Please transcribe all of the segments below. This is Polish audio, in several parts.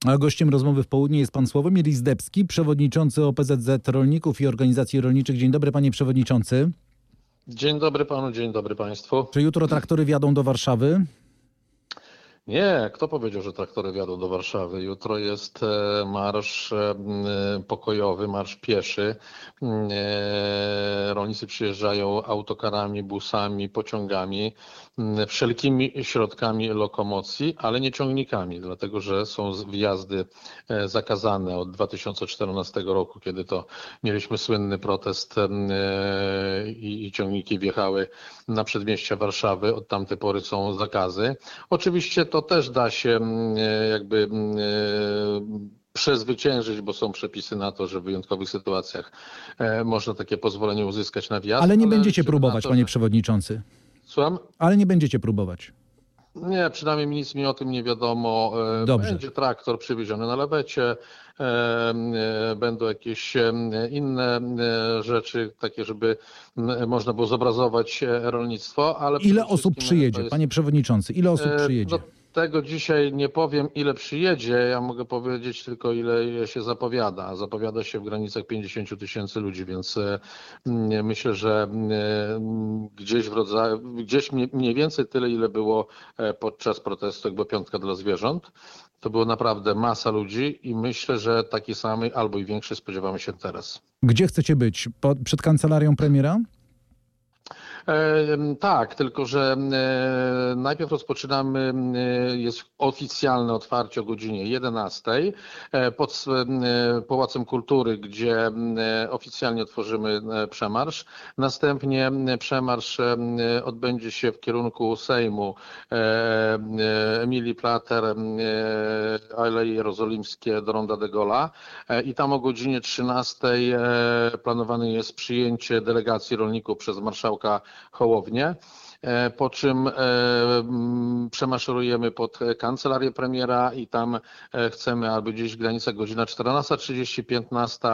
A gościem rozmowy w południe jest pan Sławomir Izdebski, przewodniczący OPZZ Rolników i Organizacji Rolniczych. Dzień dobry, panie przewodniczący. Dzień dobry panu, dzień dobry państwu. Czy jutro traktory wjadą do Warszawy? Nie, kto powiedział, że traktory wjadą do Warszawy? Jutro jest marsz pokojowy, marsz pieszy. Rolnicy przyjeżdżają autokarami, busami, pociągami, wszelkimi środkami lokomocji, ale nie ciągnikami, dlatego że są wjazdy zakazane od 2014 roku, kiedy to mieliśmy słynny protest i ciągniki wjechały na przedmieścia Warszawy. Od tamtej pory są zakazy. Oczywiście to też da się jakby przezwyciężyć, bo są przepisy na to, że w wyjątkowych sytuacjach można takie pozwolenie uzyskać na wjazd. Ale nie będziecie próbować, panie przewodniczący. Słucham? Ale nie będziecie próbować. Nie, przynajmniej nic mi o tym nie wiadomo. Dobrze. Będzie traktor przywieziony na lawecie, będą jakieś inne rzeczy, takie, żeby można było zobrazować rolnictwo. Ale Ile osób przyjedzie, panie przewodniczący? Ile osób przyjedzie? Tego dzisiaj nie powiem, ile przyjedzie. Ja mogę powiedzieć tylko, ile się zapowiada. Zapowiada się w granicach 50 000 ludzi, więc myślę, że gdzieś mniej więcej tyle, ile było podczas protestu, jakby Piątka dla zwierząt. To było naprawdę masa ludzi i myślę, że taki samej albo i większy spodziewamy się teraz. Gdzie chcecie być? Przed kancelarią premiera? Tak, tylko że najpierw rozpoczynamy, jest oficjalne otwarcie o godzinie 11 pod Pałacem Kultury, gdzie oficjalnie otworzymy przemarsz. Następnie przemarsz odbędzie się w kierunku Sejmu, Emilii Plater, Aleje Jerozolimskie do Ronda de Gaulle'a i tam o godzinie 13 planowane jest przyjęcie delegacji rolników przez marszałka Hołownię, po czym przemaszerujemy pod kancelarię premiera i tam chcemy, aby gdzieś w granicach godzina 14:30, 15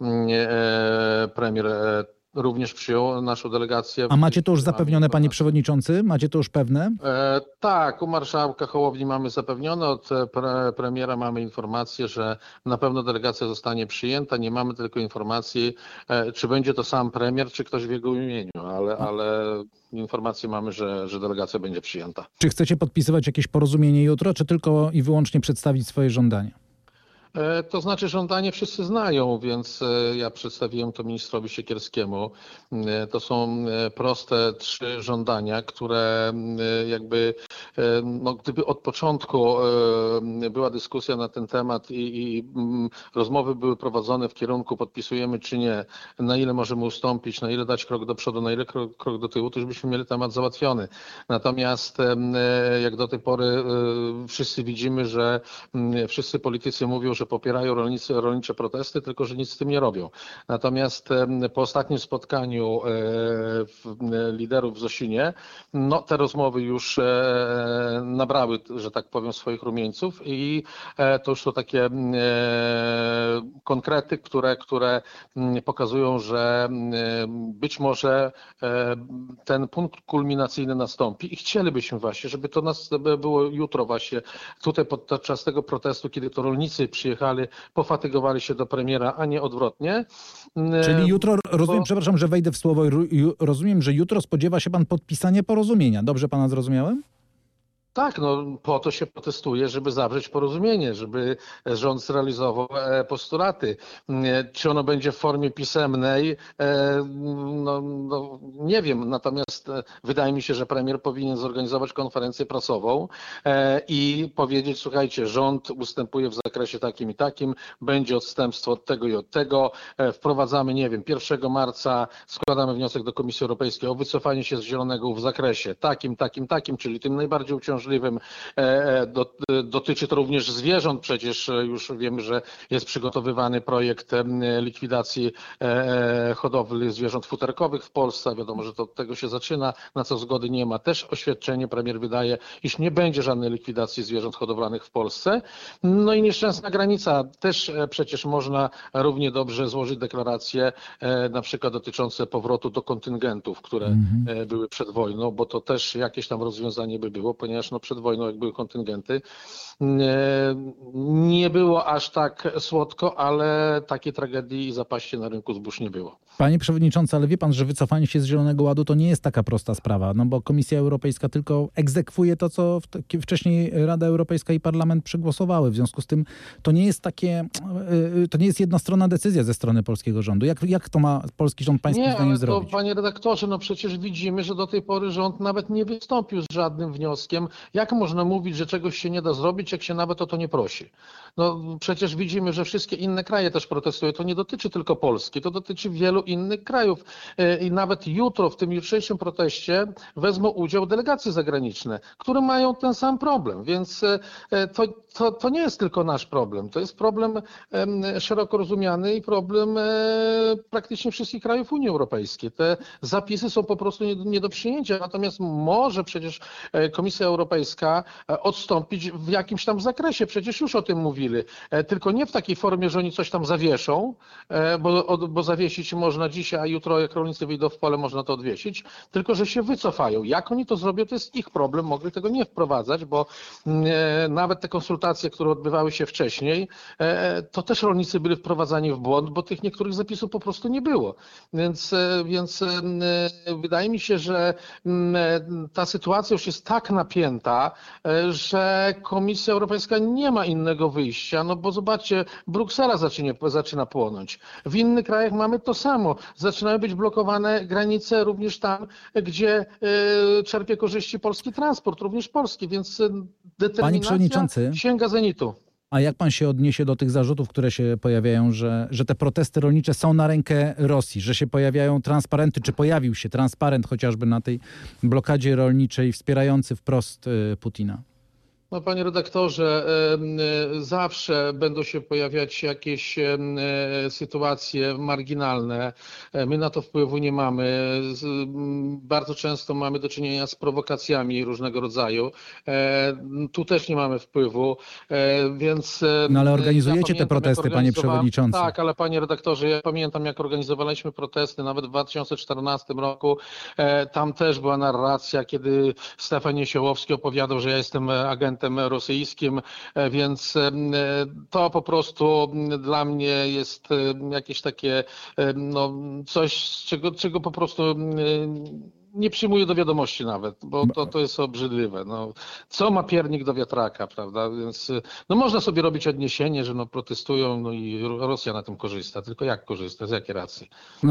premier również przyjął naszą delegację. A macie to już zapewnione, panie przewodniczący? Macie to już pewne? Tak, u marszałka Hołowni mamy zapewnione, od premiera mamy informację, że na pewno delegacja zostanie przyjęta. Nie mamy tylko informacji, czy będzie to sam premier, czy ktoś w jego imieniu, ale informację mamy, że delegacja będzie przyjęta. Czy chcecie podpisywać jakieś porozumienie jutro, czy tylko i wyłącznie przedstawić swoje żądania? To znaczy żądanie wszyscy znają, więc ja przedstawiłem to ministrowi Siekierskiemu. To są proste 3 żądania, które jakby, no, gdyby od początku była dyskusja na ten temat i rozmowy były prowadzone w kierunku podpisujemy czy nie, na ile możemy ustąpić, na ile dać krok do przodu, na ile krok do tyłu, to już byśmy mieli temat załatwiony. Natomiast jak do tej pory wszyscy widzimy, że wszyscy politycy mówią, że popierają rolnicze protesty, tylko że nic z tym nie robią. Natomiast po ostatnim spotkaniu liderów w Zosinie, no te rozmowy już nabrały, że tak powiem, swoich rumieńców i to już są takie konkrety, które pokazują, że być może ten punkt kulminacyjny nastąpi i chcielibyśmy właśnie, żeby to było jutro właśnie tutaj podczas tego protestu, kiedy to rolnicy przyjechali, pofatygowali się do premiera, a nie odwrotnie. Czyli jutro, rozumiem, przepraszam, że wejdę w słowo, rozumiem, że jutro spodziewa się pan podpisania porozumienia. Dobrze pana zrozumiałem? Tak, no po to się protestuje, żeby zawrzeć porozumienie, żeby rząd zrealizował postulaty. Czy ono będzie w formie pisemnej, no nie wiem, natomiast wydaje mi się, że premier powinien zorganizować konferencję prasową i powiedzieć, słuchajcie, rząd ustępuje w zakresie takim i takim, będzie odstępstwo od tego i od tego, wprowadzamy, nie wiem, 1 marca składamy wniosek do Komisji Europejskiej o wycofanie się z zielonego w zakresie takim, czyli tym najbardziej uciążliwym. Dotyczy to również zwierząt, przecież już wiemy, że jest przygotowywany projekt likwidacji hodowli zwierząt futerkowych w Polsce. Wiadomo, że to od tego się zaczyna, na co zgody nie ma. Też oświadczenie premier wydaje, iż nie będzie żadnej likwidacji zwierząt hodowlanych w Polsce. No i nieszczęsna granica. Też przecież można równie dobrze złożyć deklaracje na przykład dotyczące powrotu do kontyngentów, które były przed wojną, bo to też jakieś tam rozwiązanie by było, ponieważ też, no przed wojną, jak były kontyngenty. Nie było aż tak słodko, ale takiej tragedii i zapaści na rynku zbóż nie było. Panie przewodniczący, ale wie pan, że wycofanie się z Zielonego Ładu to nie jest taka prosta sprawa, no bo Komisja Europejska tylko egzekwuje to, co wcześniej Rada Europejska i Parlament przegłosowały. W związku z tym to nie jest jednostronna decyzja ze strony polskiego rządu. Jak to ma polski rząd pańskim zdaniem zrobić? Panie redaktorze, no przecież widzimy, że do tej pory rząd nawet nie wystąpił z żadnym wnioskiem. Jak można mówić, że czegoś się nie da zrobić, jak się nawet o to nie prosi? No przecież widzimy, że wszystkie inne kraje też protestują. To nie dotyczy tylko Polski, to dotyczy wielu innych krajów. I nawet jutro, w tym jutrzejszym proteście wezmą udział delegacje zagraniczne, które mają ten sam problem. Więc to nie jest tylko nasz problem. To jest problem szeroko rozumiany i problem praktycznie wszystkich krajów Unii Europejskiej. Te zapisy są po prostu nie do przyjęcia. Natomiast może przecież Komisja Europejska odstąpić w jakimś tam zakresie. Przecież już o tym mówili. Tylko nie w takiej formie, że oni coś tam zawieszą, bo zawiesić można dzisiaj, a jutro jak rolnicy wyjdą w pole, można to odwiesić, tylko że się wycofają. Jak oni to zrobią, to jest ich problem. Mogli tego nie wprowadzać, bo nawet te konsultacje, które odbywały się wcześniej, to też rolnicy byli wprowadzani w błąd, bo tych niektórych zapisów po prostu nie było. Więc wydaje mi się, że ta sytuacja już jest tak napięta, że Komisja Europejska nie ma innego wyjścia, no bo zobaczcie, Bruksela zaczyna płonąć. W innych krajach mamy to samo. Zaczynają być blokowane granice również tam, gdzie czerpie korzyści polski transport, również polski, więc determinacja sięga zenitu. A jak pan się odniesie do tych zarzutów, które się pojawiają, że te protesty rolnicze są na rękę Rosji, że się pojawiają transparenty, czy pojawił się transparent chociażby na tej blokadzie rolniczej wspierający wprost Putina? No, panie redaktorze, zawsze będą się pojawiać jakieś sytuacje marginalne. My na to wpływu nie mamy. Bardzo często mamy do czynienia z prowokacjami różnego rodzaju. Tu też nie mamy wpływu, więc... No ale organizujecie te protesty, panie przewodniczący. Tak, ale panie redaktorze, ja pamiętam, jak organizowaliśmy protesty, nawet w 2014 roku. Tam też była narracja, kiedy Stefan Niesiołowski opowiadał, że ja jestem agentem rosyjskim, więc to po prostu dla mnie jest jakieś takie coś, czego po prostu nie przyjmuję do wiadomości nawet, bo to jest obrzydliwe. No, co ma piernik do wiatraka, prawda? Więc można sobie robić odniesienie, że protestują, i Rosja na tym korzysta. Tylko jak korzysta? Z jakiej racji?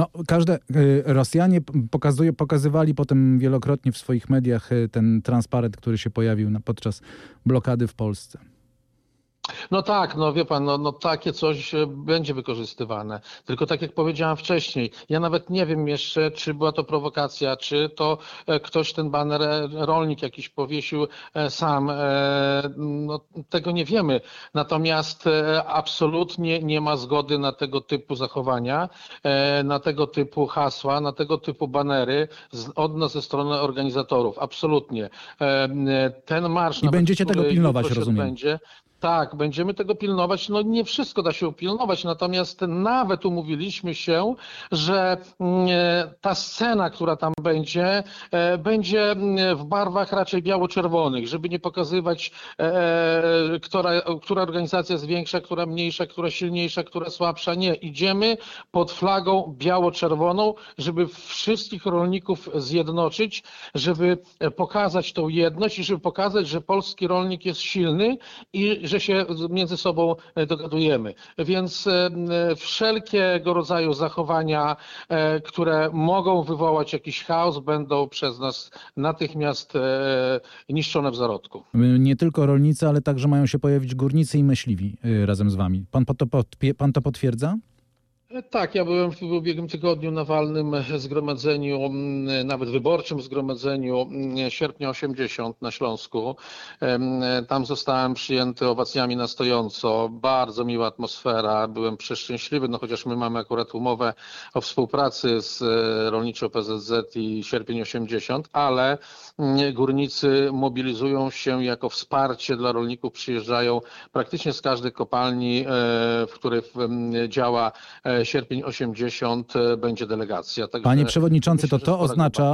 Rosjanie pokazywali potem wielokrotnie w swoich mediach ten transparent, który się pojawił podczas blokady w Polsce. No tak, wie pan, takie coś będzie wykorzystywane. Tylko tak jak powiedziałem wcześniej, ja nawet nie wiem jeszcze, czy była to prowokacja, czy to ktoś ten baner, rolnik jakiś powiesił sam. Tego nie wiemy. Natomiast absolutnie nie ma zgody na tego typu zachowania, na tego typu hasła, na tego typu banery od nas ze strony organizatorów. Absolutnie. Ten marsz... I będziecie tego pilnować, rozumiem. Będzie. Tak, będziemy tego pilnować. Nie wszystko da się upilnować, natomiast nawet umówiliśmy się, że ta scena, która tam będzie, będzie w barwach raczej biało-czerwonych, żeby nie pokazywać, która organizacja jest większa, która mniejsza, która silniejsza, która słabsza. Nie, idziemy pod flagą biało-czerwoną, żeby wszystkich rolników zjednoczyć, żeby pokazać tą jedność i żeby pokazać, że polski rolnik jest silny i że się między sobą dogadujemy. Więc wszelkiego rodzaju zachowania, które mogą wywołać jakiś chaos, będą przez nas natychmiast niszczone w zarodku. Nie tylko rolnicy, ale także mają się pojawić górnicy i myśliwi razem z wami. Pan to potwierdza? Tak, ja byłem w ubiegłym tygodniu na walnym zgromadzeniu, nawet wyborczym zgromadzeniu sierpnia 80 na Śląsku. Tam zostałem przyjęty owacjami na stojąco. Bardzo miła atmosfera. Byłem przeszczęśliwy, chociaż my mamy akurat umowę o współpracy z Rolniczo PZZ i Sierpień 80, ale górnicy mobilizują się jako wsparcie dla rolników. Przyjeżdżają praktycznie z każdej kopalni, w której działa Sierpień 80, będzie delegacja. Także panie przewodniczący, myślę, to oznacza,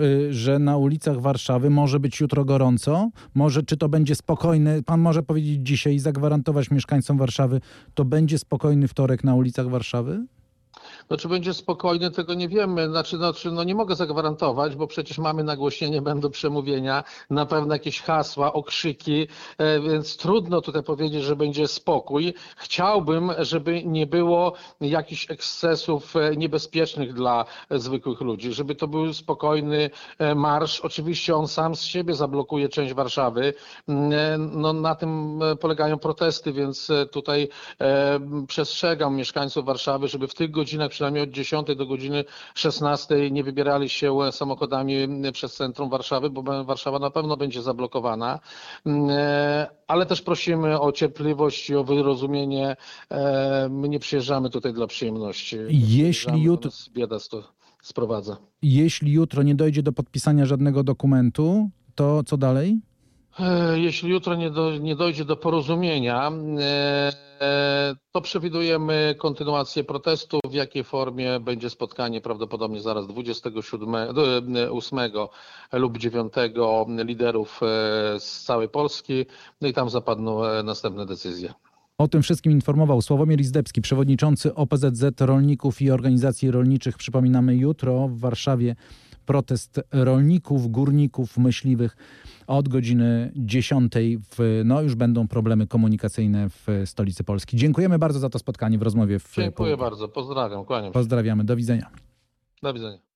że na ulicach Warszawy może być jutro gorąco? Czy to będzie spokojny? Pan może powiedzieć dzisiaj i zagwarantować mieszkańcom Warszawy, to będzie spokojny wtorek na ulicach Warszawy? No, czy będzie spokojny, tego nie wiemy. No nie mogę zagwarantować, bo przecież mamy nagłośnienie, będą przemówienia, na pewno jakieś hasła, okrzyki, więc trudno tutaj powiedzieć, że będzie spokój. Chciałbym, żeby nie było jakichś ekscesów niebezpiecznych dla zwykłych ludzi, żeby to był spokojny marsz. Oczywiście on sam z siebie zablokuje część Warszawy. No, na tym polegają protesty, więc tutaj przestrzegam mieszkańców Warszawy, żeby w tych godzinach, przynajmniej od 10 do godziny 16 nie wybierali się samochodami przez centrum Warszawy, bo Warszawa na pewno będzie zablokowana. Ale też prosimy o cierpliwość i o wyrozumienie. My nie przyjeżdżamy tutaj dla przyjemności. Jeśli jutro bieda sprowadza. Jeśli jutro nie dojdzie do podpisania żadnego dokumentu, to co dalej? Jeśli jutro nie dojdzie do porozumienia, to przewidujemy kontynuację protestu. W jakiej formie będzie spotkanie? Prawdopodobnie zaraz 8 lub 9 liderów z całej Polski. No i tam zapadną następne decyzje. O tym wszystkim informował Sławomir Izdebski, przewodniczący OPZZ Rolników i Organizacji Rolniczych. Przypominamy, jutro w Warszawie protest rolników, górników, myśliwych od godziny 10. Już będą problemy komunikacyjne w stolicy Polski. Dziękujemy bardzo za to spotkanie w rozmowie. Dziękuję bardzo. Pozdrawiam. Kłaniam się. Pozdrawiamy. Do widzenia. Do widzenia.